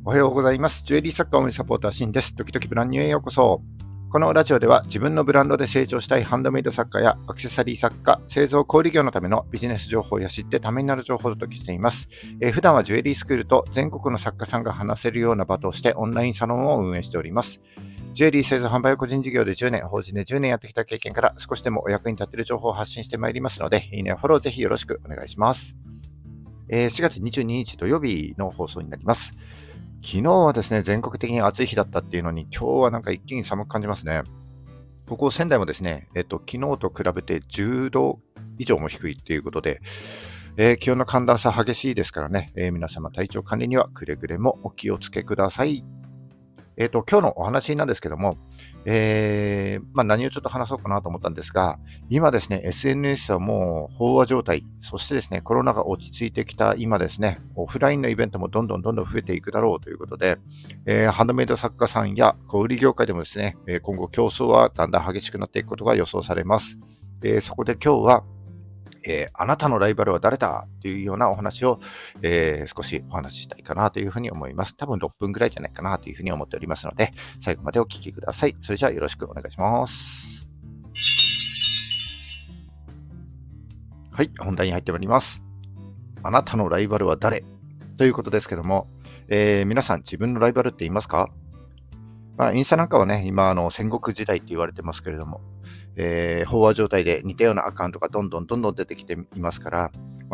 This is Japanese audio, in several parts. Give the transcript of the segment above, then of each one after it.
おはようございます。ジュエリー作家応援サポーターシンです。時々ブランニューへようこそ。このラジオでは自分のブランドで成長したいハンドメイド作家やアクセサリー作家、製造小売業のためのビジネス情報や知ってためになる情報をお届けしています。普段はジュエリースクールと全国の作家さんが話せるような場としてオンラインサロンを運営しております。ジュエリー製造販売を個人事業で10年、法人で10年やってきた経験から少しでもお役に立てる情報を発信してまいりますので、いいね、フォローぜひよろしくお願いします。4月22日土曜日の放送になります。昨日はですね、全国的に暑い日だったっていうのに、今日はなんか一気に寒く感じますね。ここ仙台もですね、昨日と比べて10度以上も低いということで、気温の寒暖差激しいですからね、皆様体調管理にはくれぐれもお気をつけください。今日のお話なんですけども、何をちょっと話そうかなと思ったんですが、今ですね、SNS はもう飽和状態、そしてですね、コロナが落ち着いてきた今ですね、オフラインのイベントもどんどん増えていくだろうということで、ハンドメイド作家さんや小売業界でもですね、今後競争はだんだん激しくなっていくことが予想されます。そこで今日は、あなたのライバルは誰だというようなお話を、少しお話ししたいかなというふうに思います。多分6分ぐらいじゃないかなというふうに思っておりますので、最後までお聞きください。それじゃあよろしくお願いします。はい、本題に入ってまいります。あなたのライバルは誰ということですけども、皆さん自分のライバルっていますか？インスタなんかはね、今戦国時代って言われてますけれども、飽和状態で似たようなアカウントがどんどん出てきていますから、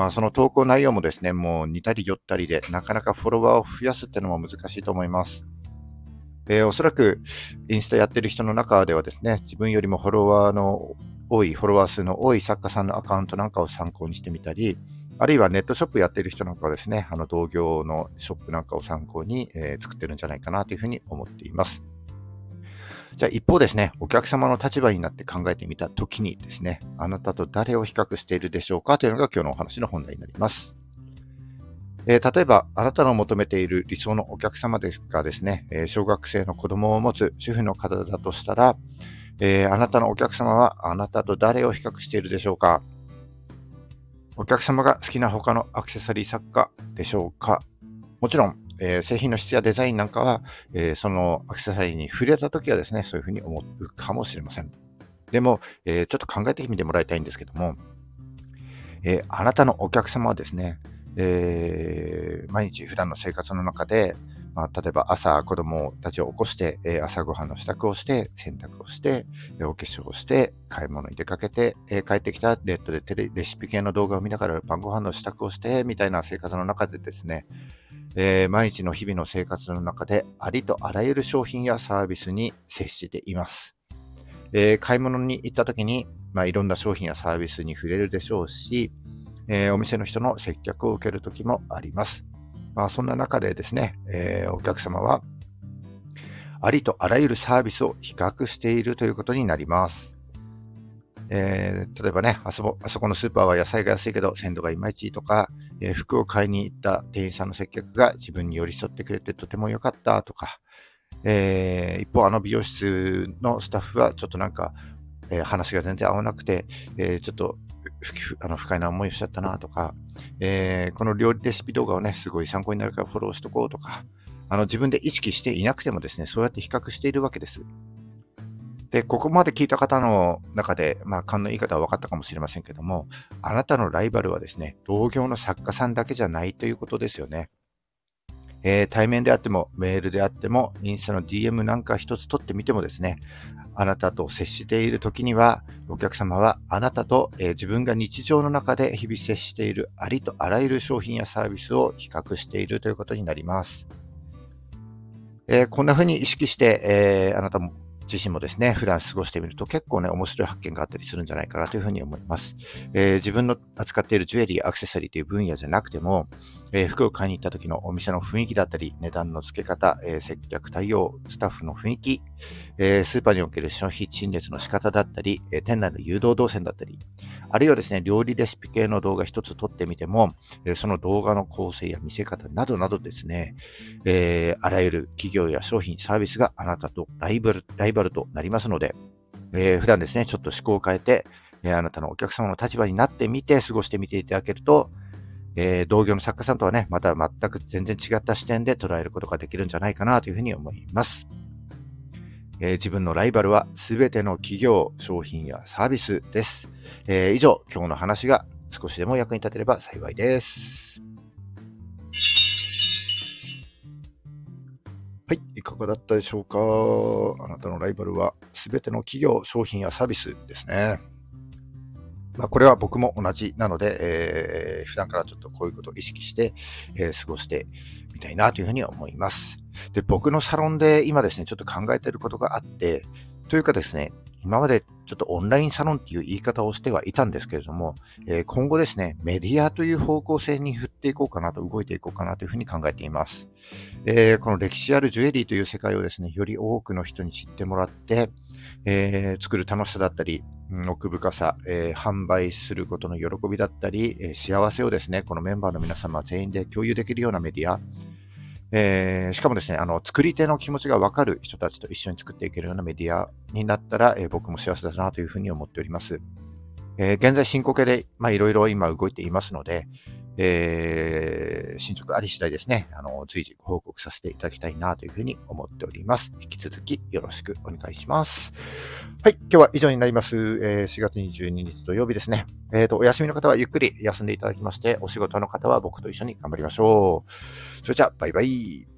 その投稿内容もですね、もう似たり寄ったりで、なかなかフォロワーを増やすっていうのも難しいと思います。おそらくインスタやってる人の中ではですね、自分よりもフォロワー数の多い作家さんのアカウントなんかを参考にしてみたり、あるいはネットショップやってる人なんかはですね、同業のショップなんかを参考に、作ってるんじゃないかなというふうに思っています。じゃあ一方ですね、お客様の立場になって考えてみたときにですね、あなたと誰を比較しているでしょうかというのが今日のお話の本題になります。例えば、あなたの求めている理想のお客様がですね、小学生の子供を持つ主婦の方だとしたら、あなたのお客様はあなたと誰を比較しているでしょうか？お客様が好きな他のアクセサリー作家でしょうか？もちろん、製品の質やデザインなんかは、そのアクセサリーに触れたときはですね、そういうふうに思うかもしれません。でも、ちょっと考えてみてもらいたいんですけども、あなたのお客様はですね、毎日普段の生活の中で、例えば朝子供たちを起こして、朝ごはんの支度をして、洗濯をして、お化粧をして、買い物に出かけて、帰ってきたネットでレシピ系の動画を見ながら晩ご飯の支度をして、みたいな生活の中でですね、毎日の日々の生活の中でありとあらゆる商品やサービスに接しています。買い物に行った時に、いろんな商品やサービスに触れるでしょうし、お店の人の接客を受ける時もあります。そんな中でですね、お客様はありとあらゆるサービスを比較しているということになります。例えばね、あそこのスーパーは野菜が安いけど鮮度がいまいちとか、服を買いに行った店員さんの接客が自分に寄り添ってくれてとても良かったとか、一方美容室のスタッフはちょっとなんか、話が全然合わなくて、ちょっと不快な思いをしちゃったなとか、この料理レシピ動画をね、すごい参考になるからフォローしとこうとか、自分で意識していなくてもですね、そうやって比較しているわけです。で、ここまで聞いた方の中で、勘のいい方は分かったかもしれませんけども、あなたのライバルはですね、同業の作家さんだけじゃないということですよね。対面であっても、メールであっても、インスタの DM なんか一つ取ってみてもですね、あなたと接している時には、お客様はあなたと、自分が日常の中で日々接しているありとあらゆる商品やサービスを比較しているということになります。こんな風に意識して、あなたも自身もですね、普段過ごしてみると結構ね、面白い発見があったりするんじゃないかなというふうに思います。自分の扱っているジュエリー、アクセサリーという分野じゃなくても、服を買いに行った時のお店の雰囲気だったり、値段の付け方、接客対応、スタッフの雰囲気、スーパーにおける消費陳列の仕方だったり、店内の誘導動線だったり、あるいはですね、料理レシピ系の動画一つ撮ってみても、その動画の構成や見せ方などなどですね、あらゆる企業や商品、サービスがあなたとライバルとなりますので、普段ですね、ちょっと思考を変えて、あなたのお客様の立場になってみて過ごしてみていただけると、 同業の作家さんとはね、また全く全然違った視点で捉えることができるんじゃないかなというふうに思います。自分のライバルは全ての企業、商品やサービスです。以上、今日の話が少しでも役に立てれば幸いです。はい、いかがだったでしょうか。あなたのライバルは全ての企業、商品やサービスですね。これは僕も同じなので、普段からちょっとこういうことを意識して、過ごしてみたいなというふうに思います。で、僕のサロンで今ですね、ちょっと考えていることがあって、というかですね、今までちょっとオンラインサロンっていう言い方をしてはいたんですけれども、今後ですね、メディアという方向性に振っていこうかなと、動いていこうかなというふうに考えています。この歴史あるジュエリーという世界をですね、より多くの人に知ってもらって、作る楽しさだったり、奥深さ、販売することの喜びだったり、幸せをですね、このメンバーの皆様全員で共有できるようなメディア、しかもですね、作り手の気持ちがわかる人たちと一緒に作っていけるようなメディアになったら、僕も幸せだなというふうに思っております。現在進行形で、いろいろ今動いていますので、進捗あり次第ですね、随時ご報告させていただきたいなというふうに思っております。引き続きよろしくお願いします。はい、今日は以上になります。4月22日土曜日ですね。お休みの方はゆっくり休んでいただきまして、お仕事の方は僕と一緒に頑張りましょう。それじゃあ、バイバイ。